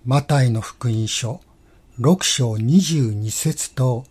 マタイの福音書6章22節と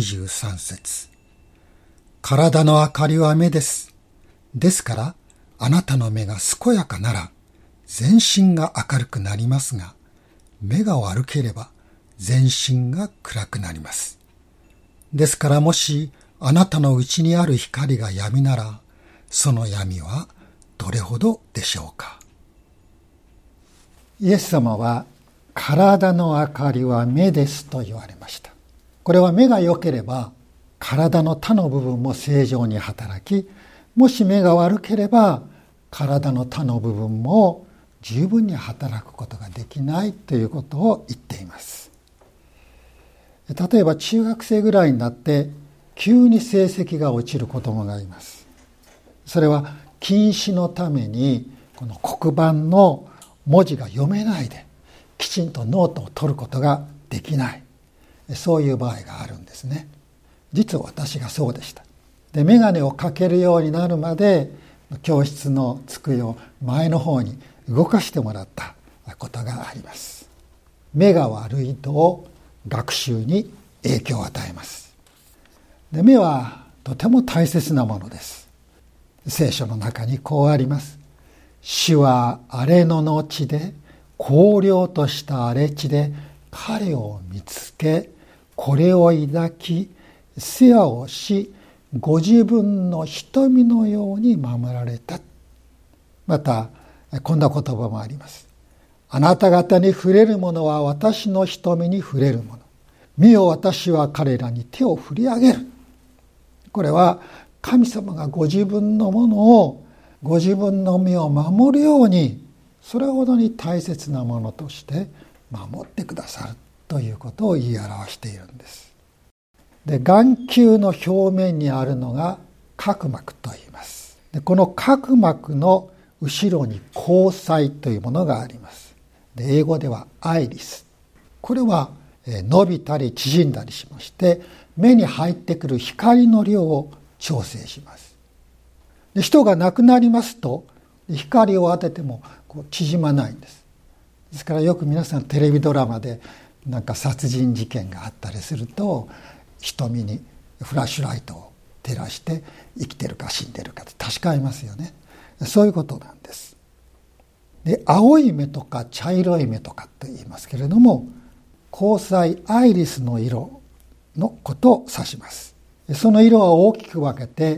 23節。体の明かりは目です。ですから、あなたの目が健やかなら、全身が明るくなりますが、目が悪ければ全身が暗くなります。ですからもしあなたのうちにある光が闇なら、その闇はどれほどでしょうか。 イエス様は体の明かりは目ですと言われました。これは目が良ければ体の他の部分も正常に働き、もし目が悪ければ体の他の部分も十分に働くことができないということを言っています。例えば中学生ぐらいになって急に成績が落ちる子供がいます。それは近視のためにこの黒板の文字が読めないできちんとノートを取ることができない、そういう場合があるんですね。実は私がそうでした。で、眼鏡をかけるようになるまで教室の机を前の方に動かしてもらったことがあります。目が悪いと学習に影響を与えます。で、目はとても大切なものです。聖書の中にこうあります。主は荒れ野の地で、荒涼とした荒れ地で彼を見つけ、これを抱き、世話をし、ご自分の瞳のように守られた。またこんな言葉もあります。あなた方に触れるものは私の瞳に触れるもの。見よ、私は彼らに手を振り上げる。これは神様がご自分のものを、ご自分の身を守るように、それほどに大切なものとして守ってくださるということを言い表しているんです。で、眼球の表面にあるのが角膜と言います。で、この角膜の後ろに虹彩というものがあります。で、英語ではアイリス。これは伸びたり縮んだりしまして、目に入ってくる光の量を調整します。で、人が亡くなりますと光を当てても縮まないんです。ですからよく皆さんテレビドラマでなんか殺人事件があったりすると、瞳にフラッシュライトを照らして生きてるか死んでるかって確かめますよね。そういうことなんです。で、青い目とか茶色い目とかと言いますけれども、虹彩アイリスの色のことを指します。その色は大きく分けて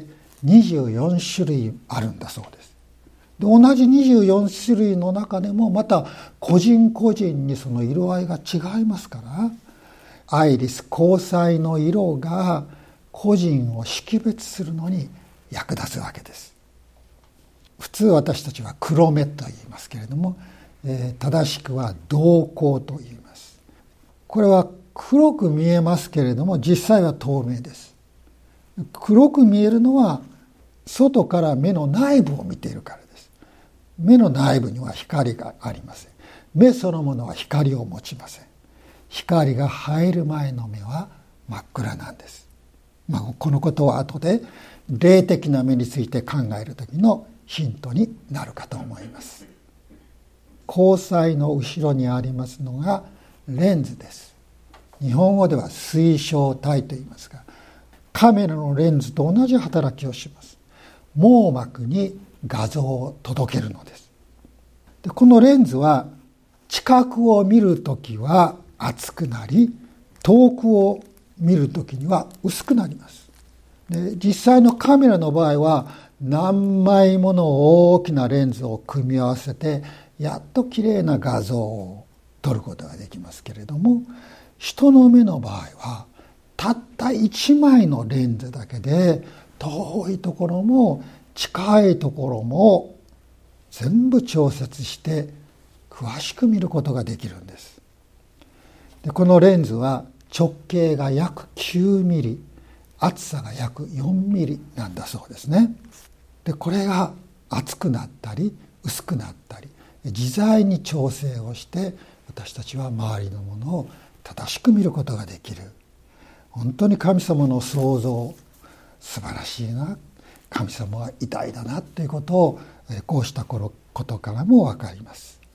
24種類あるんだそうです。で、同じ24種類の中でもまた個人個人にその色合いが違いますから、アイリス虹彩の色が個人を識別するのに役立つわけです。普通私たちは黒目と言いますけれども、正しくは瞳孔と言います。これは黒く見えますけれども実際は透明です。黒く見えるのは外から目の内部を見ているからです。目の内部には光がありません。目そのものは光を持ちません。光が入る前の目は真っ暗なんです。このことは後で霊的な目について考える時のヒントになるかと思います。虹彩の後ろにありますのがレンズです。日本語では水晶体と言いますが、カメラのレンズと同じ働きをします。網膜に画像を届けるのです。で、このレンズは近くを見るときは厚くなり、遠くを見るときには薄くなります。で、実際のカメラの場合は何枚もの大きなレンズを組み合わせてやっときれいな画像を撮ることができますけれども、人の目の場合はたった1枚のレンズだけで遠いところも近いところも全部調節して詳しく見ることができるんです。で、このレンズは直径が約9ミリ、厚さが約4ミリなんだそうですね。で、これが厚くなったり薄くなったり自在に調整をして私たちは周りのものを正しく見ることができる。本当に神様の創造素晴らしいな、神様は偉大だなということをこうしたことからも分かります。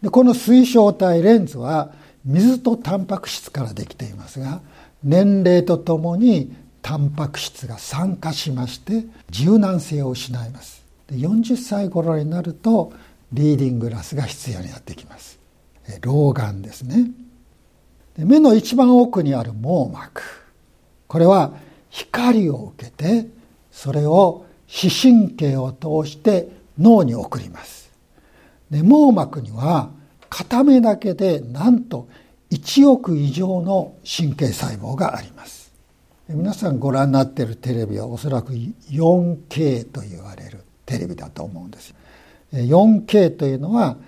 でこの水晶体レンズは水とタンパク質からできていますが、年齢とともにタンパク質が酸化しまして柔軟性を失います。で40歳頃になるとリーディンググラスが必要になってきます。老眼ですね。で目の一番奥にある網膜、これは光を受けてそれを視神経を通して脳に送ります。で網膜には片目だけでなんと1億以上の神経細胞があります。皆さんご覧になっているテレビはおそらく 4K と言われるテレビだと思うんです。4K というのは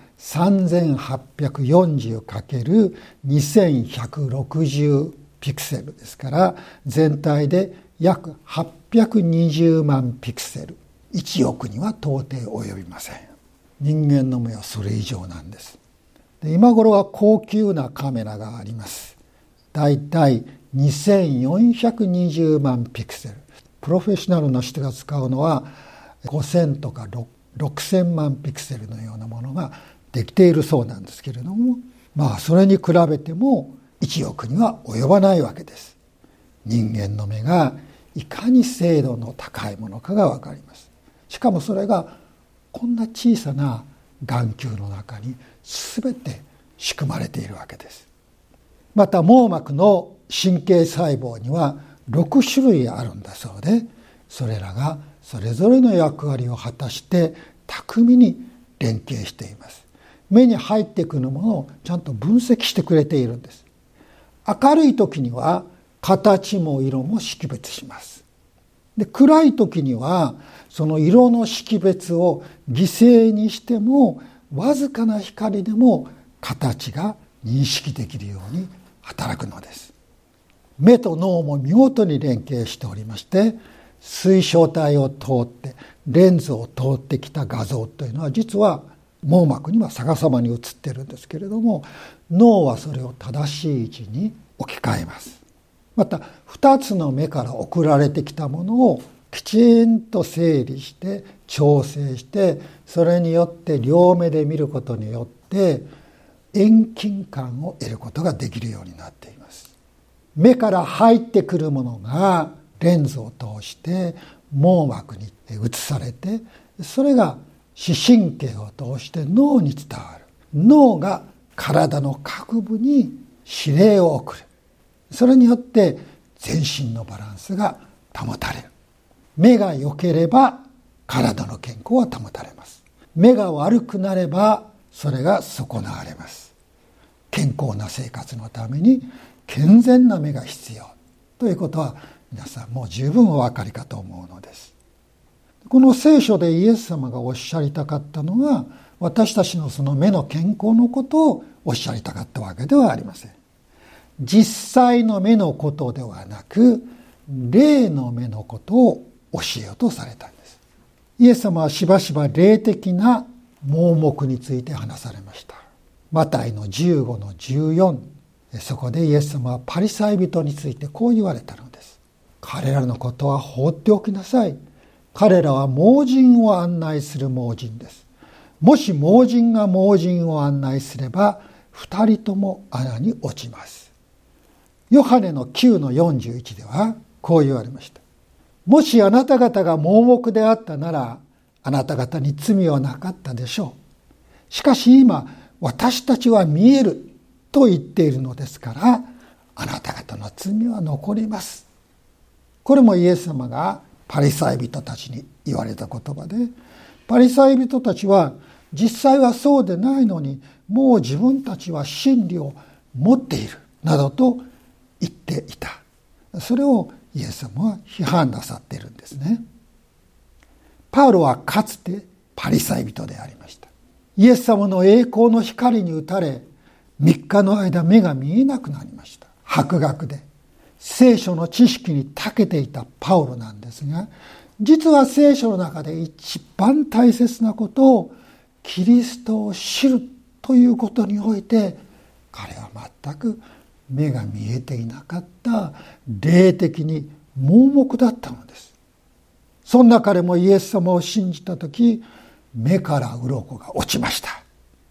3840×2160 ピクセルですから、全体で約820万ピクセル。1億には到底及びません。人間の目はそれ以上なんです。で今頃は高級なカメラがあります。だいたい2420万ピクセル。プロフェッショナルの人が使うのは5000とか6000万ピクセルのようなものができているそうなんですけれども、それに比べても1億には及ばないわけです。人間の目がいかに精度の高いものかがわかります。しかもそれがこんな小さな眼球の中に全て仕組まれているわけです。また網膜の神経細胞には6種類あるんだそうで、それらがそれぞれの役割を果たして巧みに連携しています。目に入ってくるものをちゃんと分析してくれているんです。明るい時には形も色も識別します。で暗い時にはその色の識別を犠牲にしてもわずかな光でも形が認識できるように働くのです。目と脳も見事に連携しておりまして、水晶体を通ってレンズを通ってきた画像というのは実は網膜には逆さまに映ってるんですけれども、脳はそれを正しい位置に置き換えます。また2つの目から送られてきたものをきちんと整理して調整して、それによって両目で見ることによって遠近感を得ることができるようになっています。目から入ってくるものがレンズを通して網膜に移されて、それが視神経を通して脳に伝わる。脳が体の各部に指令を送る。それによって全身のバランスが保たれる。目が良ければ体の健康は保たれます。目が悪くなればそれが損なわれます。健康な生活のために健全な目が必要ということは皆さんもう十分お分かりかと思うのです。この聖書でイエス様がおっしゃりたかったのは、私たちのその目の健康のことをおっしゃりたかったわけではありません。実際の目のことではなく、霊の目のことを教えようとされたんです。イエス様はしばしば霊的な盲目について話されました。マタイの15の14、そこでイエス様はパリサイ人についてこう言われたのです。彼らのことは放っておきなさい。彼らは盲人を案内する盲人です。もし盲人が盲人を案内すれば、二人とも穴に落ちます。ヨハネの9の41ではこう言われました。もしあなた方が盲目であったなら、あなた方に罪はなかったでしょう。しかし今、私たちは見えると言っているのですから、あなた方の罪は残ります。これもイエス様がパリサイ人たちに言われた言葉で、パリサイ人たちは実際はそうでないのに、もう自分たちは真理を持っているなどと言っていた。それをイエス様は批判なさっているんですね。パウロはかつてパリサイ人でありました。イエス様の栄光の光に打たれ、3日の間目が見えなくなりました。博学で聖書の知識に長けていたパウロなんですが、実は聖書の中で一番大切なことをキリストを知るということにおいて、彼は全く目が見えていなかった霊的に盲目だったのです。そんな彼もイエス様を信じたとき、目から鱗が落ちました。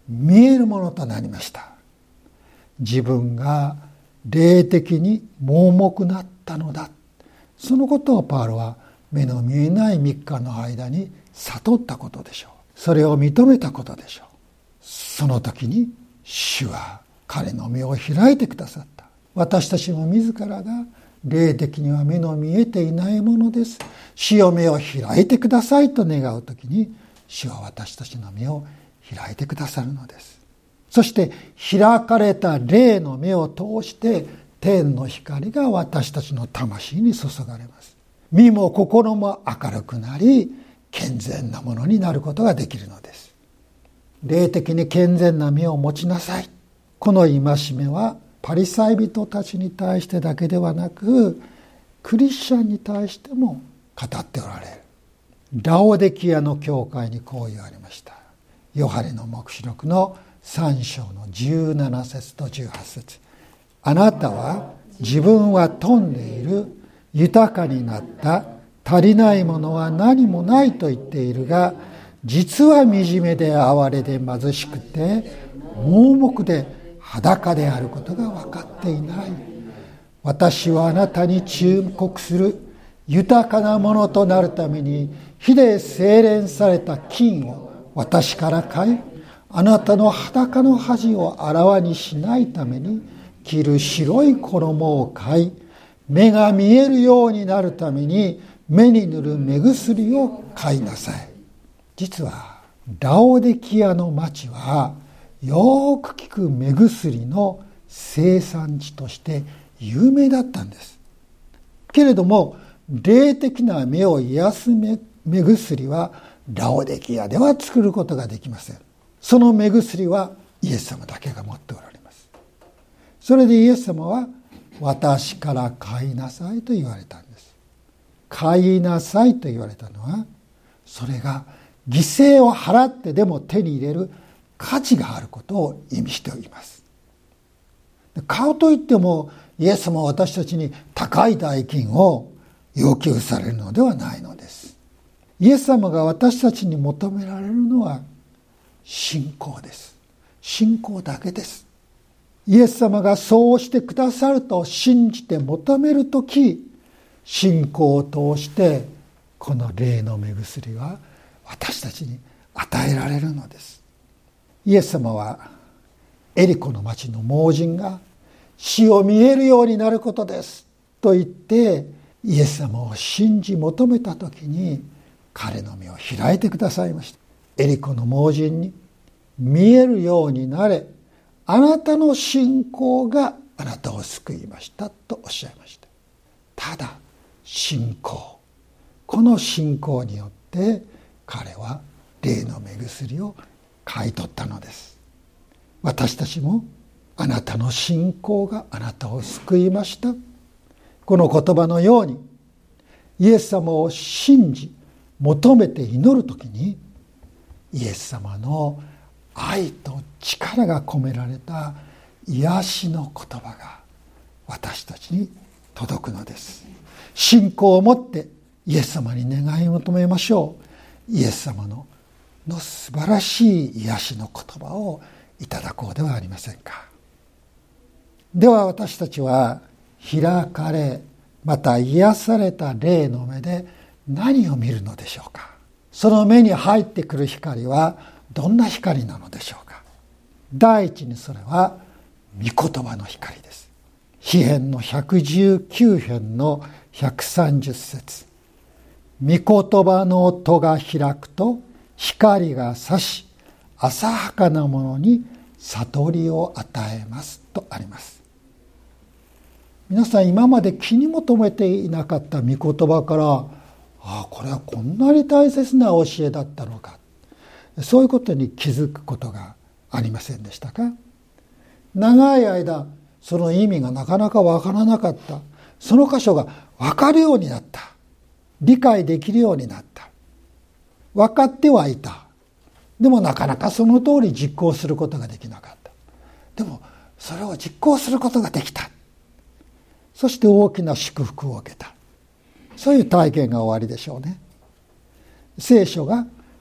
見えるものとなりました。自分が霊的に盲目なったのだ。そのことをパウロは目の見えない3日の間に悟ったことでしょう。それを認めたことでしょう。その時に主は彼の目を開いてくださった。私たちも自らが霊的には目の見えていないものです。主よ目を開いてくださいと願う時に主は私たちの目を開いてくださるのです。そして開かれた霊の目を通して天の光が私たちの魂に注がれます。身も心も明るくなり健全なものになることができるのです。霊的に健全な目を持ちなさい。この戒めはパリサイ人たちに対してだけではなくクリスチャンに対しても語っておられる。ラオデキアの教会にこう言われました。ヨハネの黙示録の3章の17節と18節。あなたは自分は富んでいる、豊かになった、足りないものは何もないと言っているが、実は惨めで哀れで貧しくて盲目で裸であることが分かっていない。私はあなたに忠告する。豊かなものとなるために火で精錬された金を私から買い、あなたの裸の恥をあらわにしないために着る白い衣を買い、目が見えるようになるために目に塗る目薬を買いなさい。実はラオデキアの町はよく効く目薬の生産地として有名だったんです。けれども霊的な目を癒す目薬はラオデキアでは作ることができません。その目薬はイエス様だけが持っておられます。それでイエス様は私から買いなさいと言われたんです。買いなさいと言われたのは、それが犠牲を払ってでも手に入れる価値があることを意味しております。買うといってもイエス様は私たちに高い代金を要求されるのではないのです。イエス様が私たちに求められるのは信仰です。信仰だけです。イエス様がそうしてくださると信じて求めるとき、信仰を通してこの霊の目薬は私たちに与えられるのです。イエス様はエリコの町の盲人が死を見えるようになることですと言ってイエス様を信じ求めたときに彼の目を開いてくださいました。エリコの盲人に見えるようになれ、あなたの信仰があなたを救いましたとおっしゃいました。ただ信仰、この信仰によって彼は霊の目薬を買い取ったのです。私たちもあなたの信仰があなたを救いました、この言葉のようにイエス様を信じ求めて祈るときにイエス様の愛と力が込められた癒しの言葉が私たちに届くのです。信仰を持ってイエス様に願い求めましょう。イエス様の素晴らしい癒しの言葉をいただこうではありませんか。では私たちは開かれまた癒された霊の目で何を見るのでしょうか。その目に入ってくる光はどんな光なのでしょうか。第一にそれは御言葉の光です。詩編の119編の130節。御言葉の音が開くと光が差し浅はかなものに悟りを与えますとあります。皆さん今まで気にも留めていなかった御言葉から、これはこんなに大切な教えだったのか、そういうことに気づくことがありませんでしたか。長い間その意味がなかなかわからなかった、その箇所がわかるようになった、理解できるようになった、分かってはいた、でもなかなかその通り実行することができなかった。でもそれを実行することができた、そして大きな祝福を受けた、そういう体験が終わりでしょうね。聖書が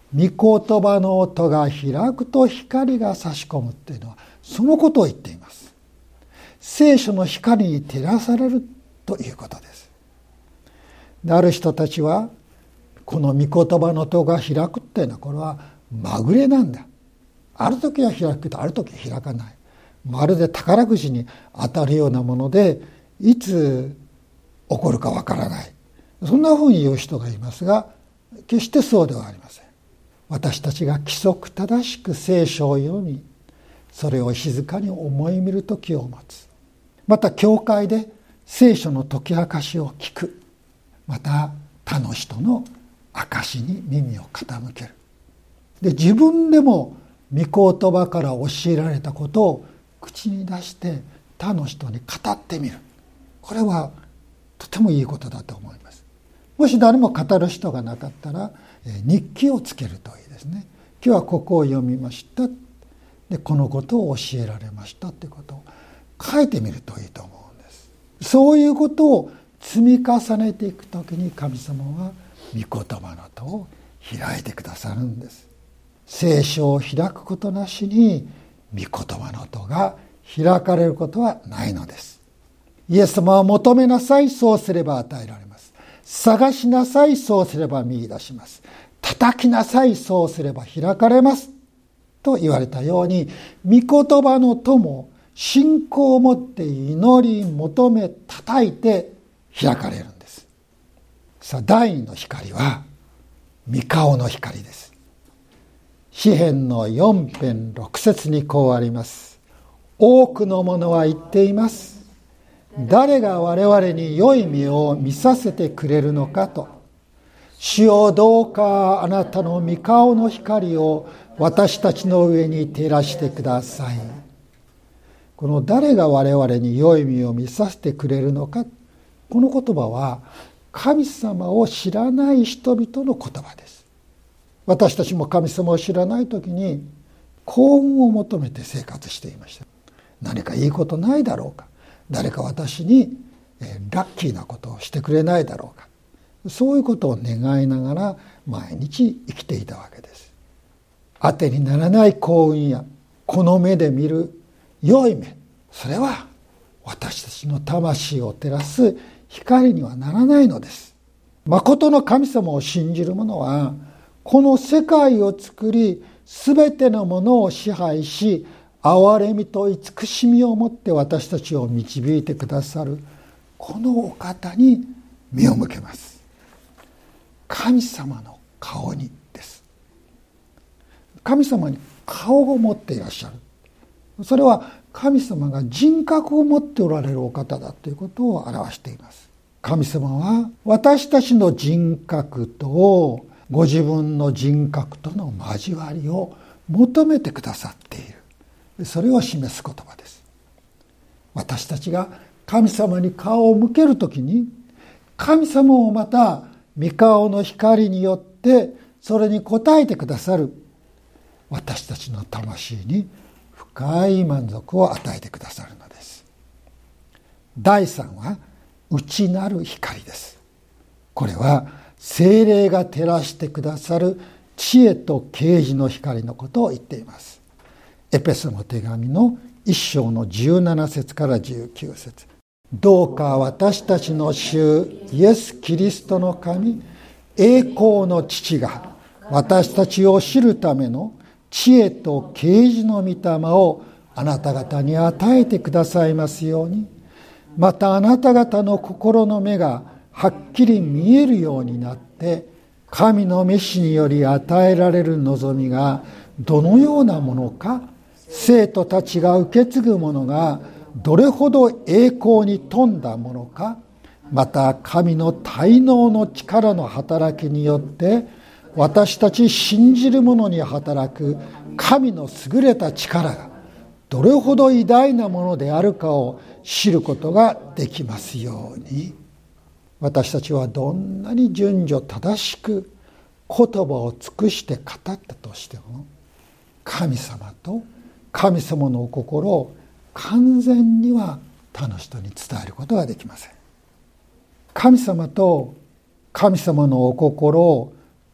御言葉の音が開くと光が差し込むっていうのはそのことを言っています。聖書の光に照らされるということです。である人たちはこの御言葉の音が開くっていうのはこれはまぐれなんだ。ある時は開くけどある時は開かない。まるで宝くじに当たるようなものでいつ起こるかわからない。そんなふうに言う人がいますが、決してそうではありません。私たちが規則正しく聖書を読み、それを静かに思い見る時を持つ。また教会で聖書の解き明かしを聞く。また他の人の証に耳を傾ける。で、自分でも御言葉から教えられたことを口に出して他の人に語ってみる。これはとてもいいことだと思います。もし誰も語る人がなかったら日記をつけるといいですね。今日はここを読みました。で、このことを教えられましたということを書いてみるといいと思うんです。そういうことを積み重ねていくときに神様は御言葉の戸を開いてくださるんです。聖書を開くことなしに御言葉の戸が開かれることはないのです。イエス様は求めなさい、そうすれば与えられます。探しなさい、そうすれば見出します。叩きなさい、そうすれば開かれますと言われたように、御言葉の戸も信仰を持って祈り求め叩いて開かれるんです。さあ、第二の光は御顔の光です。詩編の4編6節にこうあります。多くの者は言っています。誰が我々に良い目を見させてくれるのかと。主よ、どうかあなたの御顔の光を私たちの上に照らしてください。この誰が我々に良い目を見させてくれるのか、この言葉は神様を知らない人々の言葉です。私たちも神様を知らないときに幸運を求めて生活していました。何かいいことないだろうか、誰か私にラッキーなことをしてくれないだろうか、そういうことを願いながら毎日生きていたわけです。当てにならない幸運やこの目で見る良い目、それは私たちの魂を照らす光にはならないのです。誠の神様を信じる者はこの世界を作りすべてのものを支配し、憐れみと慈しみを持って私たちを導いてくださるこのお方に目を向けます。神様の顔にです。神様に顔を持っていらっしゃる。それは神様が人格を持っておられるお方だということを表しています。神様は私たちの人格とご自分の人格との交わりを求めてくださっている。それを示す言葉です。私たちが神様に顔を向けるときに、神様もまた御顔の光によってそれに応えてくださる。私たちの魂に深い満足を与えてくださるのです。第3は内なる光です。これは聖霊が照らしてくださる知恵と啓示の光のことを言っています。エペソの手紙の1章の17節から19節。どうか私たちの主イエス・キリストの神、栄光の父が私たちを知るための知恵と啓示の御霊をあなた方に与えてくださいますように、またあなた方の心の目がはっきり見えるようになって、神の召しにより与えられる望みがどのようなものか、生徒たちが受け継ぐものがどれほど栄光に富んだものか、また神の大能の力の働きによって私たち信じる者に働く神の優れた力がどれほど偉大なものであるかを知ることができますように。私たちはどんなに順序正しく言葉を尽くして語ったとしても、神様と神様のお心を完全には他の人に伝えることができません。神様と神様のお心を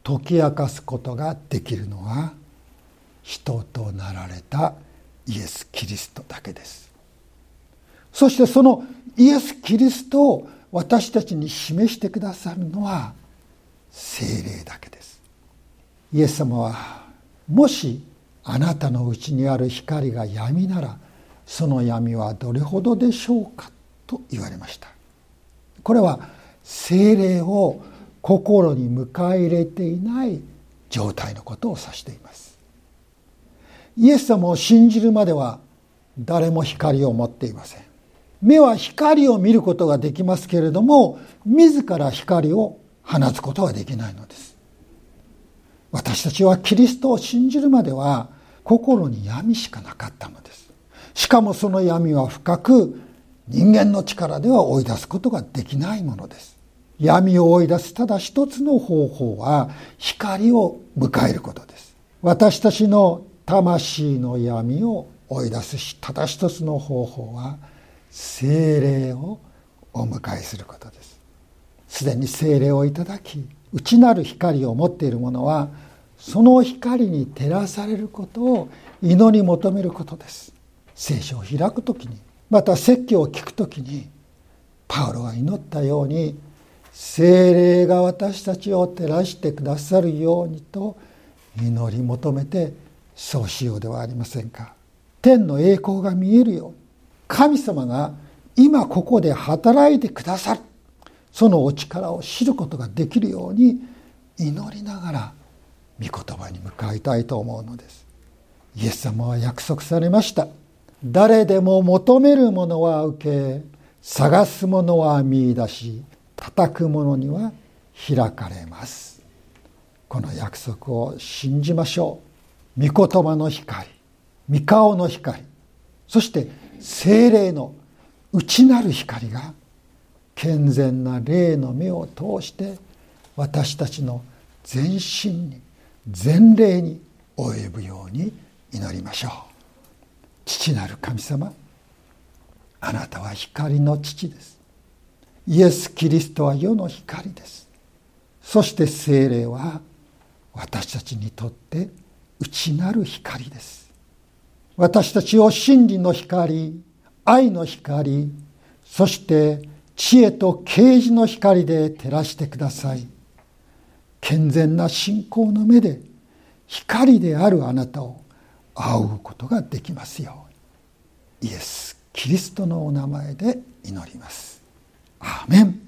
解き明かすことができるのは人となられたイエス・キリストだけです。そしてそのイエス・キリストを私たちに示してくださるのは聖霊だけです。イエス様はもしあなたのうちにある光が闇ならその闇はどれほどでしょうかと言われました。これは聖霊を心に迎え入れていない状態のことを指しています。イエス様を信じるまでは誰も光を持っていません。目は光を見ることができますけれども、自ら光を放つことはできないのです。私たちはキリストを信じるまでは心に闇しかなかったのです。しかもその闇は深く、人間の力では追い出すことができないものです。闇を追い出すただ一つの方法は光を迎えることです。私たちの魂の闇を追い出すただ一つの方法は聖霊をお迎えすることです。すでに聖霊をいただき、内なる光を持っている者はその光に照らされることを祈り求めることです。聖書を開くときに、また説教を聞くときに、パウロが祈ったように聖霊が私たちを照らしてくださるようにと祈り求めてそうしようではありませんか。天の栄光が見えるように、神様が今ここで働いてくださる、そのお力を知ることができるように祈りながら御言葉に向かいたいと思うのです。イエス様は約束されました。誰でも求めるものは受け、探すものは見出し、叩く者には開かれます。この約束を信じましょう。御言葉の光、御顔の光、そして聖霊の内なる光が健全な霊の目を通して私たちの全身に全霊に及ぶように祈りましょう。父なる神様、あなたは光の父です。イエス・キリストは世の光です。そして聖霊は私たちにとって内なる光です。私たちを真理の光、愛の光、そして知恵と啓示の光で照らしてください。健全な信仰の目で光であるあなたを仰ぐことができますように、イエス・キリストのお名前で祈ります。アーメン。